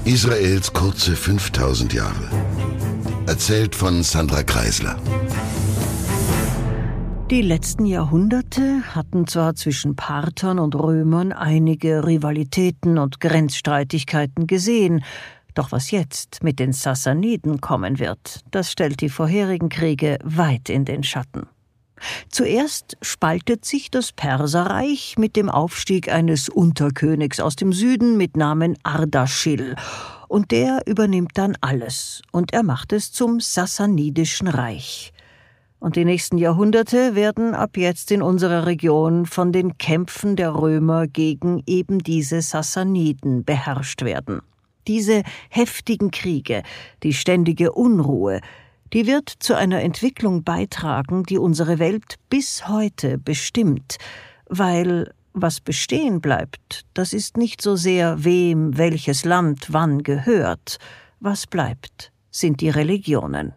Israels kurze 5000 Jahre. Erzählt von Sandra Kreisler. Die letzten Jahrhunderte hatten zwar zwischen Parthern und Römern einige Rivalitäten und Grenzstreitigkeiten gesehen, doch was jetzt mit den Sassaniden kommen wird, das stellt die vorherigen Kriege weit in den Schatten. Zuerst spaltet sich das Perserreich mit dem Aufstieg eines Unterkönigs aus dem Süden mit Namen Ardaschil, und der übernimmt dann alles, und er macht es zum Sassanidischen Reich. Und die nächsten Jahrhunderte werden ab jetzt in unserer Region von den Kämpfen der Römer gegen eben diese Sassaniden beherrscht werden. Diese heftigen Kriege, die ständige Unruhe, die wird zu einer Entwicklung beitragen, die unsere Welt bis heute bestimmt, weil was bestehen bleibt, das ist nicht so sehr, wem welches Land wann gehört. Was bleibt, sind die Religionen.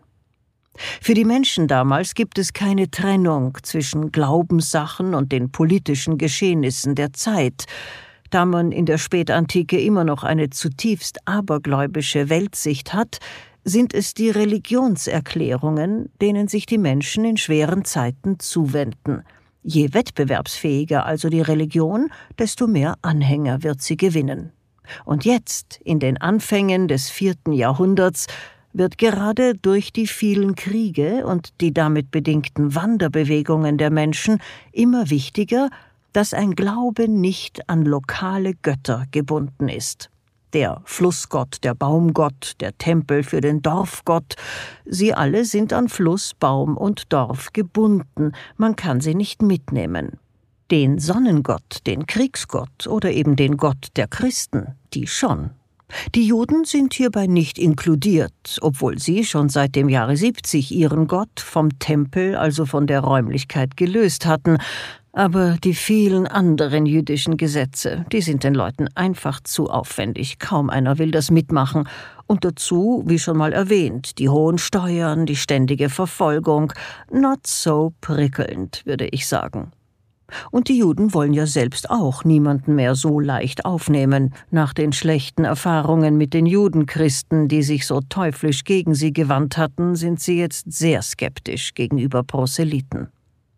Für die Menschen damals gibt es keine Trennung zwischen Glaubenssachen und den politischen Geschehnissen der Zeit. Da man in der Spätantike immer noch eine zutiefst abergläubische Weltsicht hat, sind es die Religionserklärungen, denen sich die Menschen in schweren Zeiten zuwenden. Je wettbewerbsfähiger also die Religion, desto mehr Anhänger wird sie gewinnen. Und jetzt, in den Anfängen des 4. Jahrhunderts, wird gerade durch die vielen Kriege und die damit bedingten Wanderbewegungen der Menschen immer wichtiger, dass ein Glaube nicht an lokale Götter gebunden ist. Der Flussgott, der Baumgott, der Tempel für den Dorfgott, sie alle sind an Fluss, Baum und Dorf gebunden, man kann sie nicht mitnehmen. Den Sonnengott, den Kriegsgott oder eben den Gott der Christen, die schon. Die Juden sind hierbei nicht inkludiert, obwohl sie schon seit dem Jahre 70 ihren Gott vom Tempel, also von der Räumlichkeit, gelöst hatten. Aber die vielen anderen jüdischen Gesetze, die sind den Leuten einfach zu aufwendig. Kaum einer will das mitmachen. Und dazu, wie schon mal erwähnt, die hohen Steuern, die ständige Verfolgung. Not so prickelnd, würde ich sagen. Und die Juden wollen ja selbst auch niemanden mehr so leicht aufnehmen. Nach den schlechten Erfahrungen mit den Judenchristen, die sich so teuflisch gegen sie gewandt hatten, sind sie jetzt sehr skeptisch gegenüber Proselyten.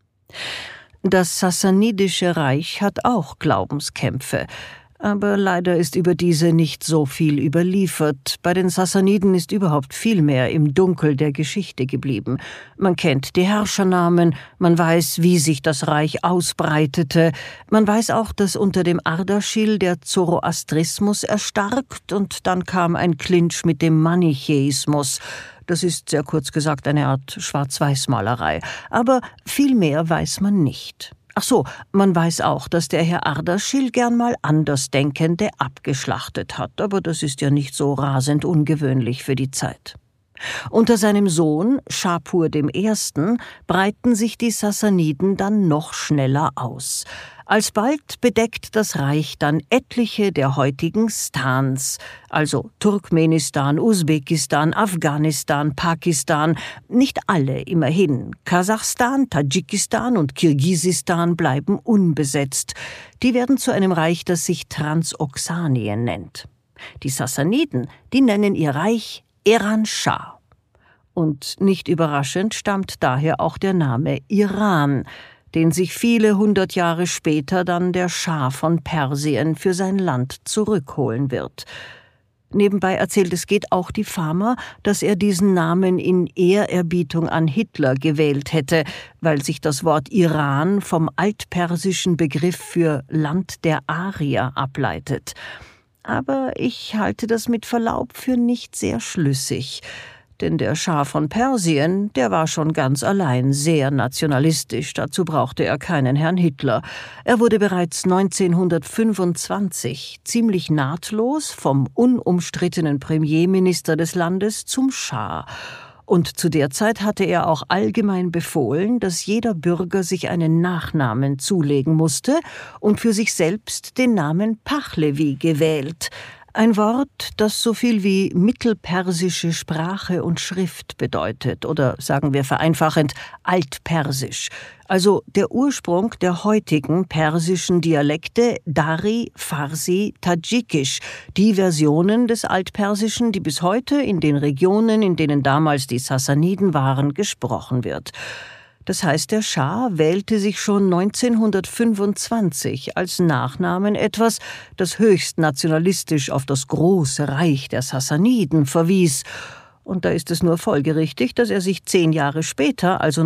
Das Sassanidische Reich hat auch Glaubenskämpfe, aber leider ist über diese nicht so viel überliefert. Bei den Sassaniden ist überhaupt viel mehr im Dunkel der Geschichte geblieben. Man kennt die Herrschernamen, man weiß, wie sich das Reich ausbreitete, man weiß auch, dass unter dem Ardaschil der Zoroastrismus erstarkt und dann kam ein Clinch mit dem Manichäismus. Das ist, sehr kurz gesagt, eine Art Schwarz-Weiß-Malerei. Aber viel mehr weiß man nicht. Ach so, man weiß auch, dass der Herr Ardaschil gern mal Andersdenkende abgeschlachtet hat. Aber das ist ja nicht so rasend ungewöhnlich für die Zeit. Unter seinem Sohn, Schapur I., breiten sich die Sassaniden dann noch schneller aus. Alsbald bedeckt das Reich dann etliche der heutigen Stans, also Turkmenistan, Usbekistan, Afghanistan, Pakistan, nicht alle immerhin. Kasachstan, Tadschikistan und Kirgisistan bleiben unbesetzt. Die werden zu einem Reich, das sich Transoxanien nennt. Die Sassaniden, die nennen ihr Reich Eran-Schah. Und nicht überraschend stammt daher auch der Name Iran, den sich viele 100 Jahre später dann der Schah von Persien für sein Land zurückholen wird. Nebenbei erzählt es geht auch die Fama, dass er diesen Namen in Ehrerbietung an Hitler gewählt hätte, weil sich das Wort Iran vom altpersischen Begriff für Land der Arier ableitet. Aber ich halte das mit Verlaub für nicht sehr schlüssig. Denn der Schah von Persien, der war schon ganz allein sehr nationalistisch, dazu brauchte er keinen Herrn Hitler. Er wurde bereits 1925 ziemlich nahtlos vom unumstrittenen Premierminister des Landes zum Schah. Und zu der Zeit hatte er auch allgemein befohlen, dass jeder Bürger sich einen Nachnamen zulegen musste und für sich selbst den Namen Pahlevi gewählt, Ein Wort, das so viel wie mittelpersische Sprache und Schrift bedeutet, oder sagen wir vereinfachend Altpersisch, also der Ursprung der heutigen persischen Dialekte Dari, Farsi, Tadschikisch, die Versionen des Altpersischen, die bis heute in den Regionen, in denen damals die Sassaniden waren, gesprochen wird. Das heißt, der Schah wählte sich schon 1925 als Nachnamen etwas, das höchst nationalistisch auf das große Reich der Sassaniden verwies. Und da ist es nur folgerichtig, dass er sich 10 Jahre später, also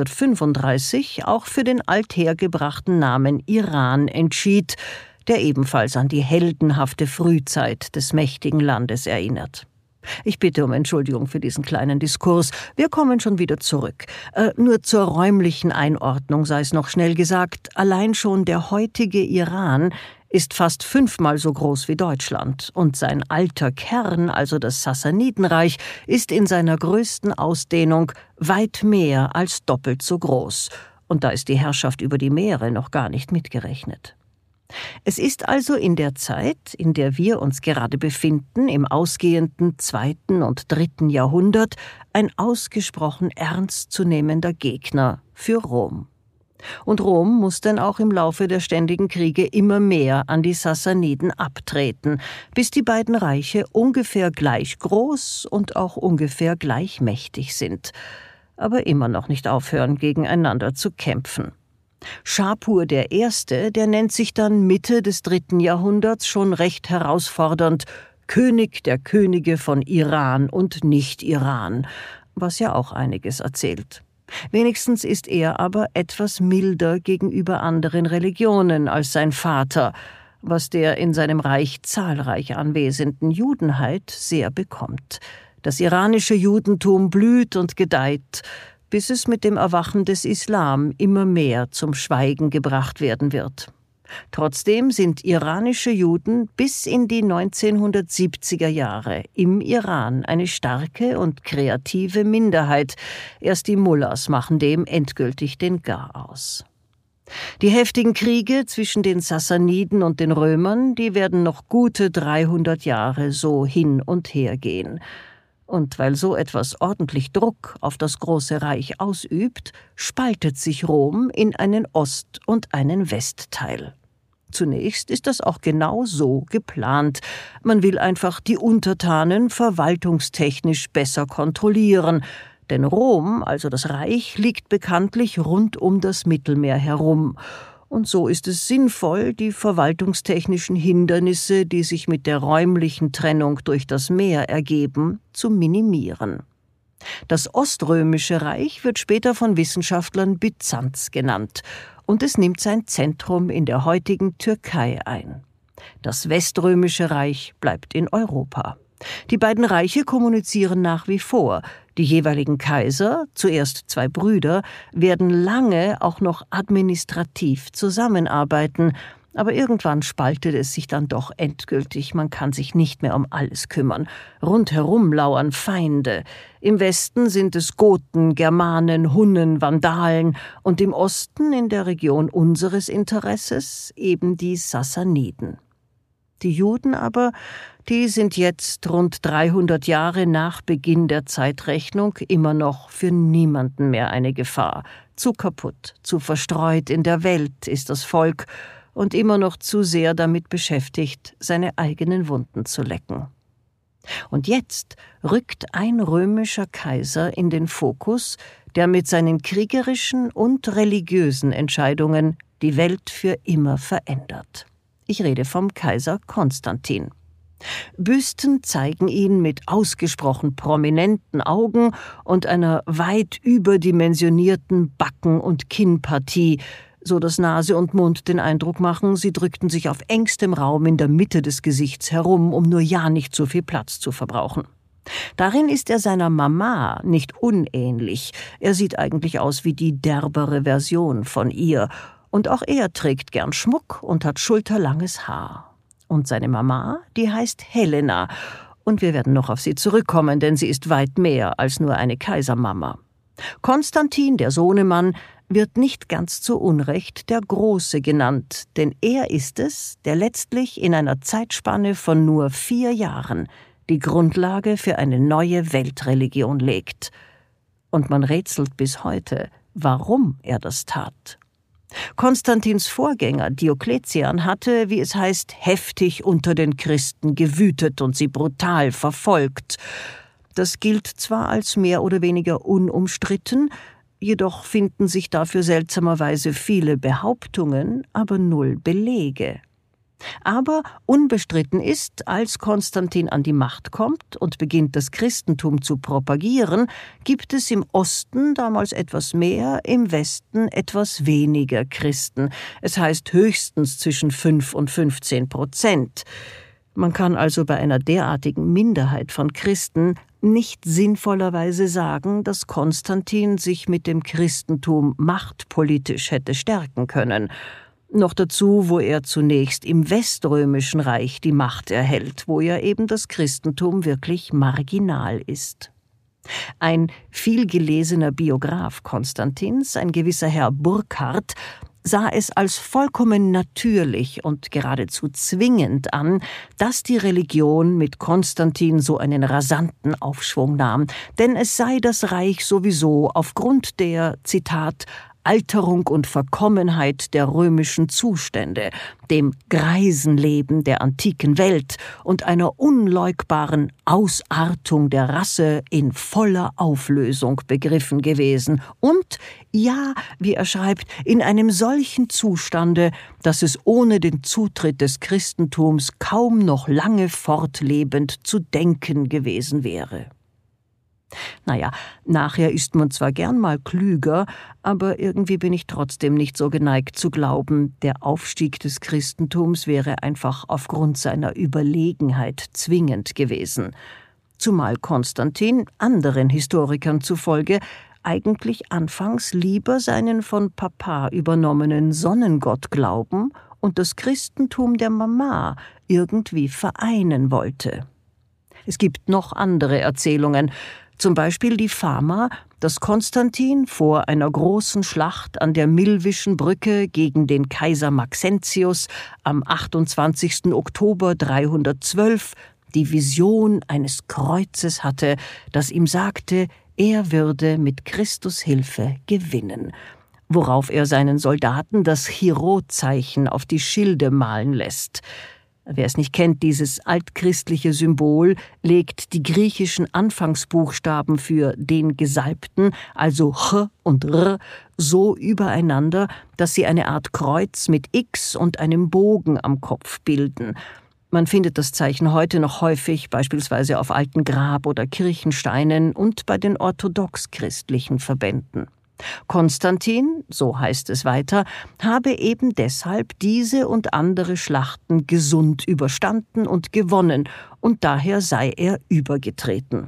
1935, auch für den althergebrachten Namen Iran entschied, der ebenfalls an die heldenhafte Frühzeit des mächtigen Landes erinnert. Ich bitte um Entschuldigung für diesen kleinen Diskurs. Wir kommen schon wieder zurück. Nur zur räumlichen Einordnung sei es noch schnell gesagt, allein schon der heutige Iran ist fast 5-mal so groß wie Deutschland und sein alter Kern, also das Sassanidenreich, ist in seiner größten Ausdehnung weit mehr als doppelt so groß. Und da ist die Herrschaft über die Meere noch gar nicht mitgerechnet. Es ist also in der Zeit, in der wir uns gerade befinden, im ausgehenden 2. und 3. Jahrhundert, ein ausgesprochen ernstzunehmender Gegner für Rom. Und Rom muss dann auch im Laufe der ständigen Kriege immer mehr an die Sassaniden abtreten, bis die beiden Reiche ungefähr gleich groß und auch ungefähr gleich mächtig sind, aber immer noch nicht aufhören, gegeneinander zu kämpfen. Schapur I., der nennt sich dann Mitte des 3. Jahrhunderts schon recht herausfordernd König der Könige von Iran und Nicht-Iran, was ja auch einiges erzählt. Wenigstens ist er aber etwas milder gegenüber anderen Religionen als sein Vater, was der in seinem Reich zahlreich anwesenden Judenheit sehr bekommt. Das iranische Judentum blüht und gedeiht, bis es mit dem Erwachen des Islam immer mehr zum Schweigen gebracht werden wird. Trotzdem sind iranische Juden bis in die 1970er Jahre im Iran eine starke und kreative Minderheit. Erst die Mullahs machen dem endgültig den Gar aus. Die heftigen Kriege zwischen den Sassaniden und den Römern, die werden noch gute 300 Jahre so hin und her gehen. Und weil so etwas ordentlich Druck auf das große Reich ausübt, spaltet sich Rom in einen Ost- und einen Westteil. Zunächst ist das auch genau so geplant. Man will einfach die Untertanen verwaltungstechnisch besser kontrollieren, denn Rom, also das Reich, liegt bekanntlich rund um das Mittelmeer herum. Und so ist es sinnvoll, die verwaltungstechnischen Hindernisse, die sich mit der räumlichen Trennung durch das Meer ergeben, zu minimieren. Das Oströmische Reich wird später von Wissenschaftlern Byzanz genannt und es nimmt sein Zentrum in der heutigen Türkei ein. Das Weströmische Reich bleibt in Europa. Die beiden Reiche kommunizieren nach wie vor. Die jeweiligen Kaiser, zuerst 2 Brüder, werden lange auch noch administrativ zusammenarbeiten, aber irgendwann spaltet es sich dann doch endgültig, man kann sich nicht mehr um alles kümmern. Rundherum lauern Feinde. Im Westen sind es Goten, Germanen, Hunnen, Vandalen und im Osten, in der Region unseres Interesses, eben die Sassaniden. Die Juden aber, die sind jetzt rund 300 Jahre nach Beginn der Zeitrechnung immer noch für niemanden mehr eine Gefahr. Zu kaputt, zu verstreut in der Welt ist das Volk und immer noch zu sehr damit beschäftigt, seine eigenen Wunden zu lecken. Und jetzt rückt ein römischer Kaiser in den Fokus, der mit seinen kriegerischen und religiösen Entscheidungen die Welt für immer verändert. Ich rede vom Kaiser Konstantin. Büsten zeigen ihn mit ausgesprochen prominenten Augen und einer weit überdimensionierten Backen- und Kinnpartie, so dass Nase und Mund den Eindruck machen, sie drückten sich auf engstem Raum in der Mitte des Gesichts herum, um nur ja nicht zu viel Platz zu verbrauchen. Darin ist er seiner Mama nicht unähnlich. Er sieht eigentlich aus wie die derbere Version von ihr. Und auch er trägt gern Schmuck und hat schulterlanges Haar. Und seine Mama, die heißt Helena. Und wir werden noch auf sie zurückkommen, denn sie ist weit mehr als nur eine Kaisermama. Konstantin, der Sohnemann, wird nicht ganz zu Unrecht der Große genannt, denn er ist es, der letztlich in einer Zeitspanne von nur 4 Jahren die Grundlage für eine neue Weltreligion legt. Und man rätselt bis heute, warum er das tat. Konstantins Vorgänger Diokletian hatte, wie es heißt, heftig unter den Christen gewütet und sie brutal verfolgt. Das gilt zwar als mehr oder weniger unumstritten, jedoch finden sich dafür seltsamerweise viele Behauptungen, aber 0 Belege. Aber unbestritten ist, als Konstantin an die Macht kommt und beginnt, das Christentum zu propagieren, gibt es im Osten damals etwas mehr, im Westen etwas weniger Christen. Es heißt höchstens zwischen 5 und 15%. Man kann also bei einer derartigen Minderheit von Christen nicht sinnvollerweise sagen, dass Konstantin sich mit dem Christentum machtpolitisch hätte stärken können. Noch dazu, wo er zunächst im Weströmischen Reich die Macht erhält, wo ja eben das Christentum wirklich marginal ist. Ein vielgelesener Biograf Konstantins, ein gewisser Herr Burckhardt, sah es als vollkommen natürlich und geradezu zwingend an, dass die Religion mit Konstantin so einen rasanten Aufschwung nahm, denn es sei das Reich sowieso aufgrund der, Zitat, Alterung und Verkommenheit der römischen Zustände, dem Greisenleben der antiken Welt und einer unleugbaren Ausartung der Rasse in voller Auflösung begriffen gewesen und, ja, wie er schreibt, in einem solchen Zustande, dass es ohne den Zutritt des Christentums kaum noch lange fortlebend zu denken gewesen wäre. Naja, nachher ist man zwar gern mal klüger, aber irgendwie bin ich trotzdem nicht so geneigt zu glauben, der Aufstieg des Christentums wäre einfach aufgrund seiner Überlegenheit zwingend gewesen. Zumal Konstantin, anderen Historikern zufolge, eigentlich anfangs lieber seinen von Papa übernommenen Sonnengottglauben und das Christentum der Mama irgendwie vereinen wollte. Es gibt noch andere Erzählungen, zum Beispiel die Fama, dass Konstantin vor einer großen Schlacht an der Milvischen Brücke gegen den Kaiser Maxentius am 28. Oktober 312 die Vision eines Kreuzes hatte, das ihm sagte, er würde mit Christus Hilfe gewinnen, worauf er seinen Soldaten das Chirot-Zeichen auf die Schilde malen lässt. Wer es nicht kennt, dieses altchristliche Symbol legt die griechischen Anfangsbuchstaben für den Gesalbten, also Ch und R, so übereinander, dass sie eine Art Kreuz mit X und einem Bogen am Kopf bilden. Man findet das Zeichen heute noch häufig, beispielsweise auf alten Grab- oder Kirchensteinen und bei den orthodox-christlichen Verbänden. Konstantin, so heißt es weiter, habe eben deshalb diese und andere Schlachten gesund überstanden und gewonnen, und daher sei er übergetreten.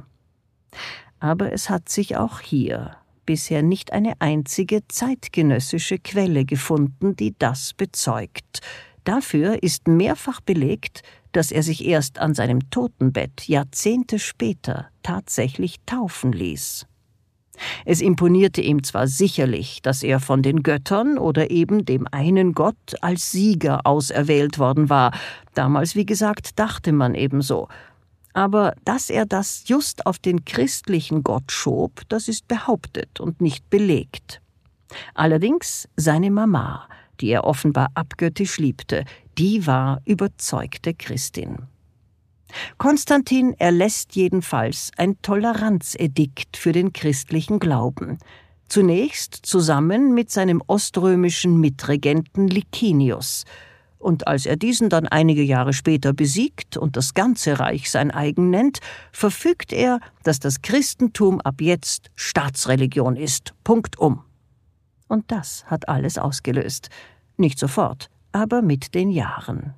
Aber es hat sich auch hier bisher nicht eine einzige zeitgenössische Quelle gefunden, die das bezeugt. Dafür ist mehrfach belegt, dass er sich erst an seinem Totenbett Jahrzehnte später tatsächlich taufen ließ. Es imponierte ihm zwar sicherlich, dass er von den Göttern oder eben dem einen Gott als Sieger auserwählt worden war. Damals, wie gesagt, dachte man ebenso. Aber dass er das just auf den christlichen Gott schob, das ist behauptet und nicht belegt. Allerdings seine Mama, die er offenbar abgöttisch liebte, die war überzeugte Christin. Konstantin erlässt jedenfalls ein Toleranzedikt für den christlichen Glauben. Zunächst zusammen mit seinem oströmischen Mitregenten Licinius. Und als er diesen dann einige Jahre später besiegt und das ganze Reich sein eigen nennt, verfügt er, dass das Christentum ab jetzt Staatsreligion ist. Punktum. Und das hat alles ausgelöst. Nicht sofort, aber mit den Jahren.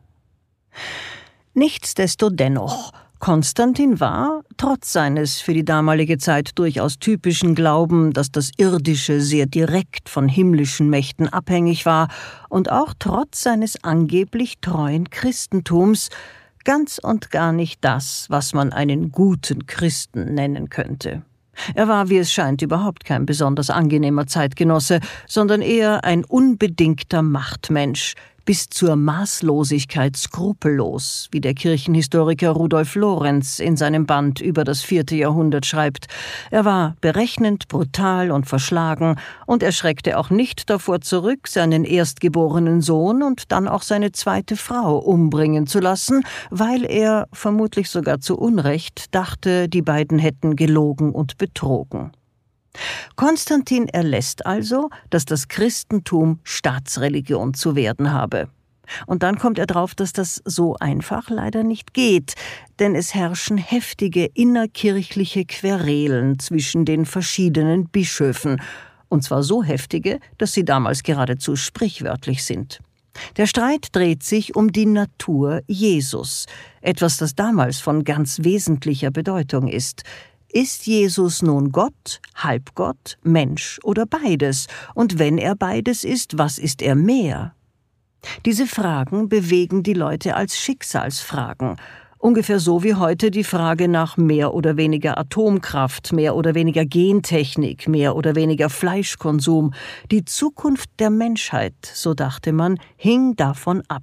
Nichtsdestodennoch, Konstantin war, trotz seines für die damalige Zeit durchaus typischen Glauben, dass das Irdische sehr direkt von himmlischen Mächten abhängig war, und auch trotz seines angeblich treuen Christentums, ganz und gar nicht das, was man einen guten Christen nennen könnte. Er war, wie es scheint, überhaupt kein besonders angenehmer Zeitgenosse, sondern eher ein unbedingter Machtmensch, bis zur Maßlosigkeit skrupellos, wie der Kirchenhistoriker Rudolf Lorenz in seinem Band über das 4. Jahrhundert schreibt. Er war berechnend, brutal und verschlagen, und er schreckte auch nicht davor zurück, seinen erstgeborenen Sohn und dann auch seine zweite Frau umbringen zu lassen, weil er, vermutlich sogar zu Unrecht, dachte, die beiden hätten gelogen und betrogen. Konstantin erlässt also, dass das Christentum Staatsreligion zu werden habe. Und dann kommt er drauf, dass das so einfach leider nicht geht, denn es herrschen heftige innerkirchliche Querelen zwischen den verschiedenen Bischöfen, und zwar so heftige, dass sie damals geradezu sprichwörtlich sind. Der Streit dreht sich um die Natur Jesus, etwas, das damals von ganz wesentlicher Bedeutung ist. Ist Jesus nun Gott, Halbgott, Mensch oder beides? Und wenn er beides ist, was ist er mehr? Diese Fragen bewegen die Leute als Schicksalsfragen. Ungefähr so wie heute die Frage nach mehr oder weniger Atomkraft, mehr oder weniger Gentechnik, mehr oder weniger Fleischkonsum. Die Zukunft der Menschheit, so dachte man, hing davon ab.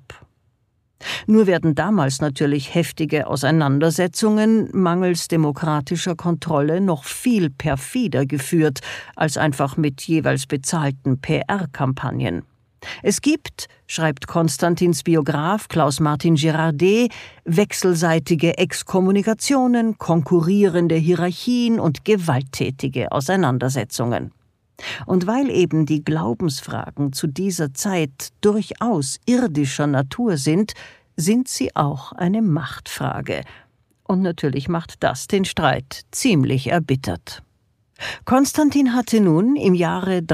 Nur werden damals natürlich heftige Auseinandersetzungen mangels demokratischer Kontrolle noch viel perfider geführt als einfach mit jeweils bezahlten PR-Kampagnen. Es gibt, schreibt Konstantins Biograf Klaus-Martin Girardet, wechselseitige Exkommunikationen, konkurrierende Hierarchien und gewalttätige Auseinandersetzungen. Und weil eben die Glaubensfragen zu dieser Zeit durchaus irdischer Natur sind, sind sie auch eine Machtfrage. Und natürlich macht das den Streit ziemlich erbittert. Konstantin hatte nun im Jahre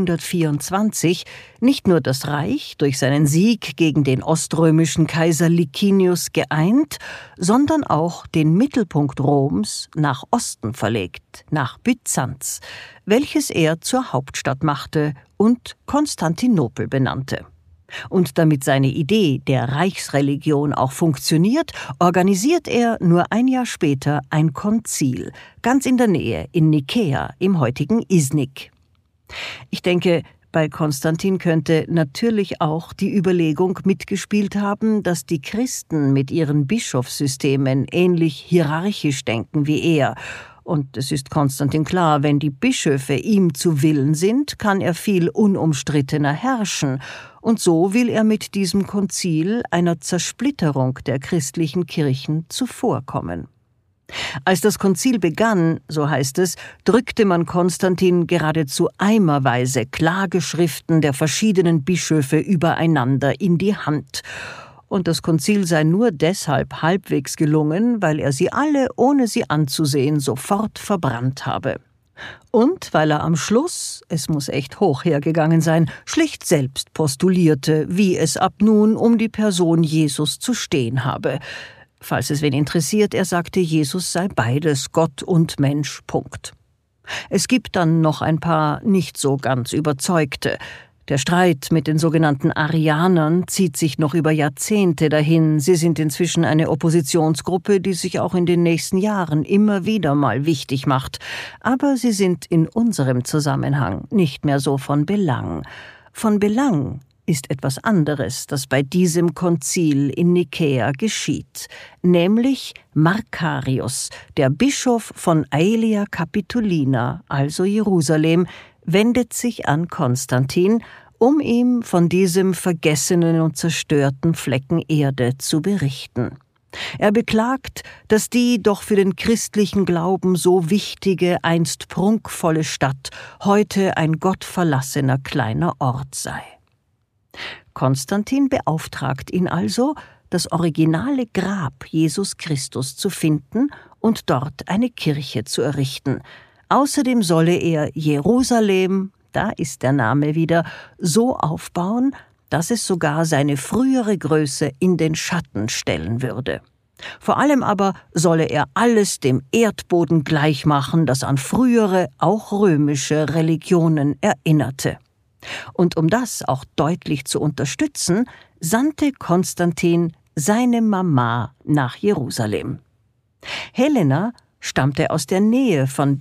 324 nicht nur das Reich durch seinen Sieg gegen den oströmischen Kaiser Licinius geeint, sondern auch den Mittelpunkt Roms nach Osten verlegt, nach Byzanz, welches er zur Hauptstadt machte und Konstantinopel benannte. Und damit seine Idee der Reichsreligion auch funktioniert, organisiert er nur ein Jahr später ein Konzil, ganz in der Nähe, in Nikäa, im heutigen Iznik. Ich denke, bei Konstantin könnte natürlich auch die Überlegung mitgespielt haben, dass die Christen mit ihren Bischofssystemen ähnlich hierarchisch denken wie er. Und es ist Konstantin klar, wenn die Bischöfe ihm zu Willen sind, kann er viel unumstrittener herrschen. Und so will er mit diesem Konzil einer Zersplitterung der christlichen Kirchen zuvorkommen. Als das Konzil begann, so heißt es, drückte man Konstantin geradezu eimerweise Klageschriften der verschiedenen Bischöfe übereinander in die Hand. Und das Konzil sei nur deshalb halbwegs gelungen, weil er sie alle, ohne sie anzusehen, sofort verbrannt habe. Und weil er am Schluss, es muss echt hoch hergegangen sein, schlicht selbst postulierte, wie es ab nun um die Person Jesus zu stehen habe. Falls es wen interessiert, er sagte, Jesus sei beides, Gott und Mensch, Punkt. Es gibt dann noch ein paar nicht so ganz Überzeugte. Der Streit mit den sogenannten Arianern zieht sich noch über Jahrzehnte dahin. Sie sind inzwischen eine Oppositionsgruppe, die sich auch in den nächsten Jahren immer wieder mal wichtig macht. Aber sie sind in unserem Zusammenhang nicht mehr so von Belang. Von Belang ist etwas anderes, das bei diesem Konzil in Nikäa geschieht, nämlich Makarios, der Bischof von Aelia Capitolina, also Jerusalem, wendet sich an Konstantin, um ihm von diesem vergessenen und zerstörten Flecken Erde zu berichten. Er beklagt, dass die doch für den christlichen Glauben so wichtige, einst prunkvolle Stadt heute ein gottverlassener kleiner Ort sei. Konstantin beauftragt ihn also, das originale Grab Jesus Christus zu finden und dort eine Kirche zu errichten. Außerdem solle er Jerusalem, da ist der Name wieder, so aufbauen, dass es sogar seine frühere Größe in den Schatten stellen würde. Vor allem aber solle er alles dem Erdboden gleichmachen, das an frühere, auch römische Religionen erinnerte. Und um das auch deutlich zu unterstützen, sandte Konstantin seine Mama nach Jerusalem. Helena stammte aus der Nähe von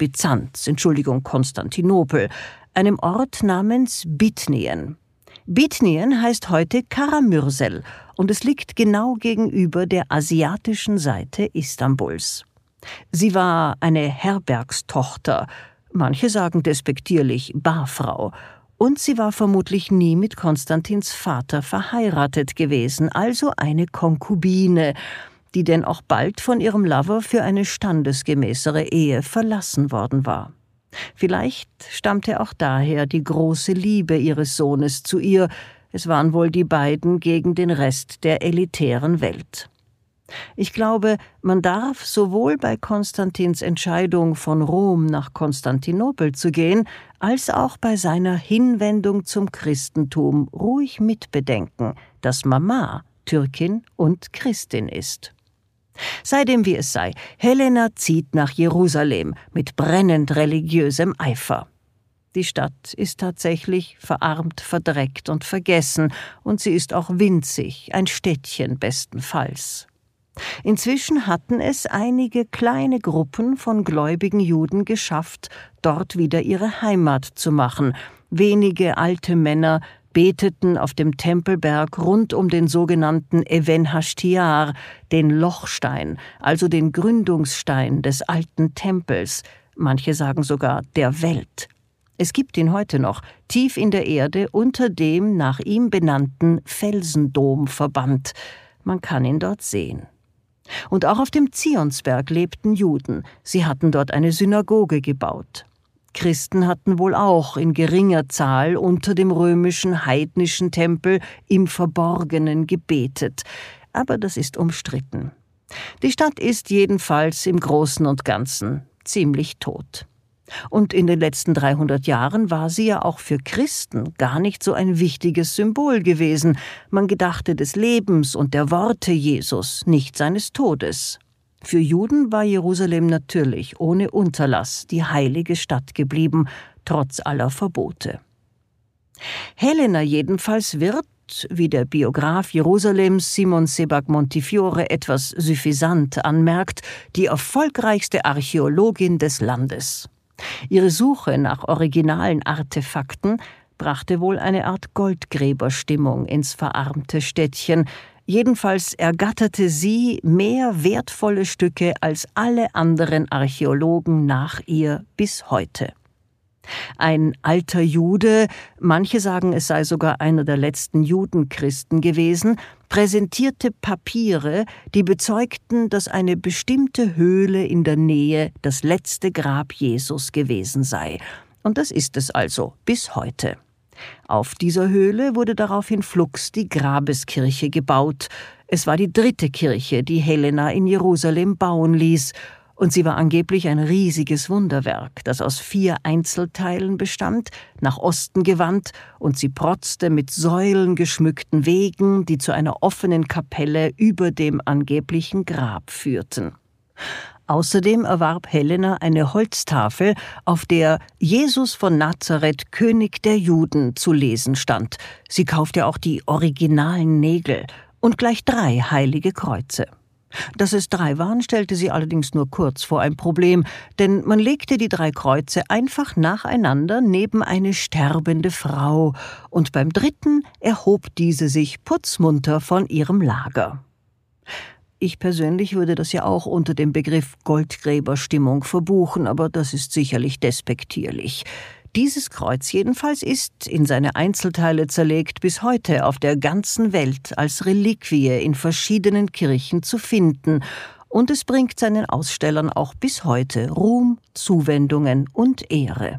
Konstantinopel, einem Ort namens Bithnien. Bithnien heißt heute Karamürsel und es liegt genau gegenüber der asiatischen Seite Istanbuls. Sie war eine Herbergstochter, manche sagen despektierlich Barfrau, und sie war vermutlich nie mit Konstantins Vater verheiratet gewesen, also eine Konkubine, die denn auch bald von ihrem Lover für eine standesgemäßere Ehe verlassen worden war. Vielleicht stammte auch daher die große Liebe ihres Sohnes zu ihr, es waren wohl die beiden gegen den Rest der elitären Welt. Ich glaube, man darf sowohl bei Konstantins Entscheidung, von Rom nach Konstantinopel zu gehen, als auch bei seiner Hinwendung zum Christentum ruhig mitbedenken, dass Mama Türkin und Christin ist. Sei dem wie es sei, Helena zieht nach Jerusalem mit brennend religiösem Eifer. Die Stadt ist tatsächlich verarmt, verdreckt und vergessen, und sie ist auch winzig, ein Städtchen bestenfalls. Inzwischen hatten es einige kleine Gruppen von gläubigen Juden geschafft, dort wieder ihre Heimat zu machen. Wenige alte Männer beteten auf dem Tempelberg rund um den sogenannten Even Hashtiar, den Lochstein, also den Gründungsstein des alten Tempels, manche sagen sogar der Welt. Es gibt ihn heute noch, tief in der Erde, unter dem nach ihm benannten Felsendom verbannt. Man kann ihn dort sehen. Und auch auf dem Zionsberg lebten Juden. Sie hatten dort eine Synagoge gebaut. Christen hatten wohl auch in geringer Zahl unter dem römischen heidnischen Tempel im Verborgenen gebetet. Aber das ist umstritten. Die Stadt ist jedenfalls im Großen und Ganzen ziemlich tot. Und in den letzten 300 Jahren war sie ja auch für Christen gar nicht so ein wichtiges Symbol gewesen. Man gedachte des Lebens und der Worte Jesus, nicht seines Todes. Für Juden war Jerusalem natürlich ohne Unterlass die heilige Stadt geblieben, trotz aller Verbote. Helena jedenfalls wird, wie der Biograf Jerusalems Simon Sebag Montefiore etwas suffisant anmerkt, die erfolgreichste Archäologin des Landes. Ihre Suche nach originalen Artefakten brachte wohl eine Art Goldgräberstimmung ins verarmte Städtchen. Jedenfalls ergatterte sie mehr wertvolle Stücke als alle anderen Archäologen nach ihr bis heute. Ein alter Jude, manche sagen, es sei sogar einer der letzten Judenchristen gewesen, präsentierte Papiere, die bezeugten, dass eine bestimmte Höhle in der Nähe das letzte Grab Jesus gewesen sei. Und das ist es also bis heute. Auf dieser Höhle wurde daraufhin flugs die Grabeskirche gebaut. Es war die 3. Kirche, die Helena in Jerusalem bauen ließ, und sie war angeblich ein riesiges Wunderwerk, das aus 4 Einzelteilen bestand, nach Osten gewandt, und sie protzte mit säulengeschmückten Wegen, die zu einer offenen Kapelle über dem angeblichen Grab führten. Außerdem erwarb Helena eine Holztafel, auf der Jesus von Nazareth, König der Juden, zu lesen stand. Sie kaufte auch die originalen Nägel und gleich 3 heilige Kreuze. Dass es 3 waren, stellte sie allerdings nur kurz vor ein Problem, denn man legte die 3 Kreuze einfach nacheinander neben eine sterbende Frau, und beim 3. erhob diese sich putzmunter von ihrem Lager. Ich persönlich würde das ja auch unter dem Begriff Goldgräberstimmung verbuchen, aber das ist sicherlich despektierlich. Dieses Kreuz jedenfalls ist, in seine Einzelteile zerlegt, bis heute auf der ganzen Welt als Reliquie in verschiedenen Kirchen zu finden, und es bringt seinen Ausstellern auch bis heute Ruhm, Zuwendungen und Ehre.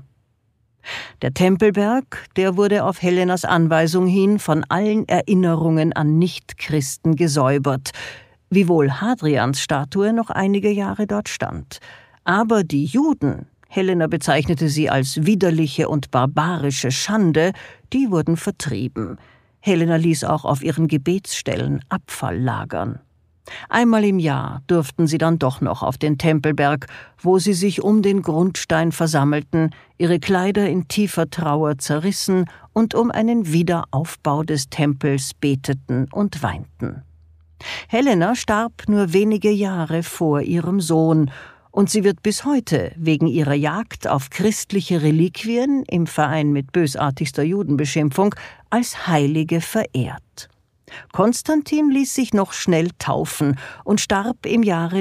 Der Tempelberg, der wurde auf Helenas Anweisung hin von allen Erinnerungen an Nichtchristen gesäubert, wiewohl Hadrians Statue noch einige Jahre dort stand. Aber die Juden, Helena bezeichnete sie als widerliche und barbarische Schande, die wurden vertrieben. Helena ließ auch auf ihren Gebetsstellen Abfall lagern. Einmal im Jahr durften sie dann doch noch auf den Tempelberg, wo sie sich um den Grundstein versammelten, ihre Kleider in tiefer Trauer zerrissen und um einen Wiederaufbau des Tempels beteten und weinten. Helena starb nur wenige Jahre vor ihrem Sohn, Und sie wird bis heute wegen ihrer Jagd auf christliche Reliquien im Verein mit bösartigster Judenbeschimpfung als Heilige verehrt. Konstantin ließ sich noch schnell taufen und starb im Jahre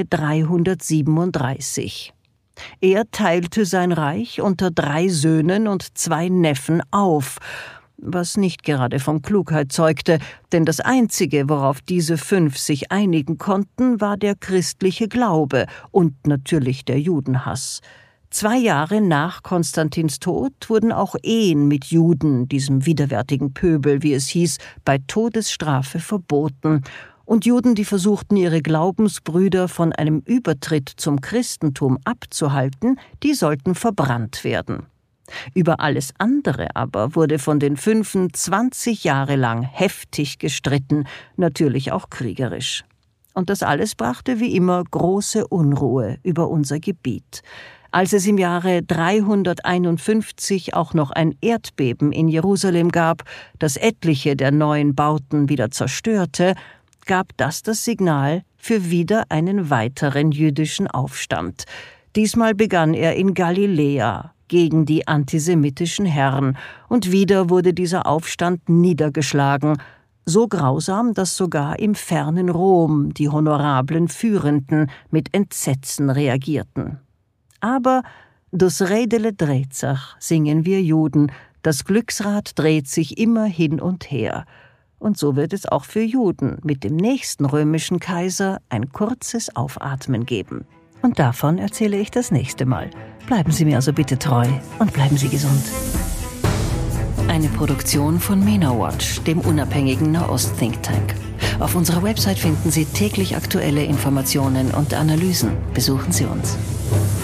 337. Er teilte sein Reich unter 3 Söhnen und 2 Neffen auf, was nicht gerade von Klugheit zeugte, denn das Einzige, worauf diese 5 sich einigen konnten, war der christliche Glaube und natürlich der Judenhass. 2 Jahre nach Konstantins Tod wurden auch Ehen mit Juden, diesem widerwärtigen Pöbel, wie es hieß, bei Todesstrafe verboten, und Juden, die versuchten, ihre Glaubensbrüder von einem Übertritt zum Christentum abzuhalten, die sollten verbrannt werden. Über alles andere aber wurde von den 5 20 Jahre lang heftig gestritten, natürlich auch kriegerisch. Und das alles brachte wie immer große Unruhe über unser Gebiet. Als es im Jahre 351 auch noch ein Erdbeben in Jerusalem gab, das etliche der neuen Bauten wieder zerstörte, gab das Signal für wieder einen weiteren jüdischen Aufstand. Diesmal begann er in Galiläa gegen die antisemitischen Herren, und wieder wurde dieser Aufstand niedergeschlagen, so grausam, dass sogar im fernen Rom die honorablen Führenden mit Entsetzen reagierten. Aber das Redele dreht sich, singen wir Juden, das Glücksrad dreht sich immer hin und her. Und so wird es auch für Juden mit dem nächsten römischen Kaiser ein kurzes Aufatmen geben. Und davon erzähle ich das nächste Mal. Bleiben Sie mir also bitte treu und bleiben Sie gesund. Eine Produktion von MENA-Watch, dem unabhängigen Nahost-Think Tank. Auf unserer Website finden Sie täglich aktuelle Informationen und Analysen. Besuchen Sie uns.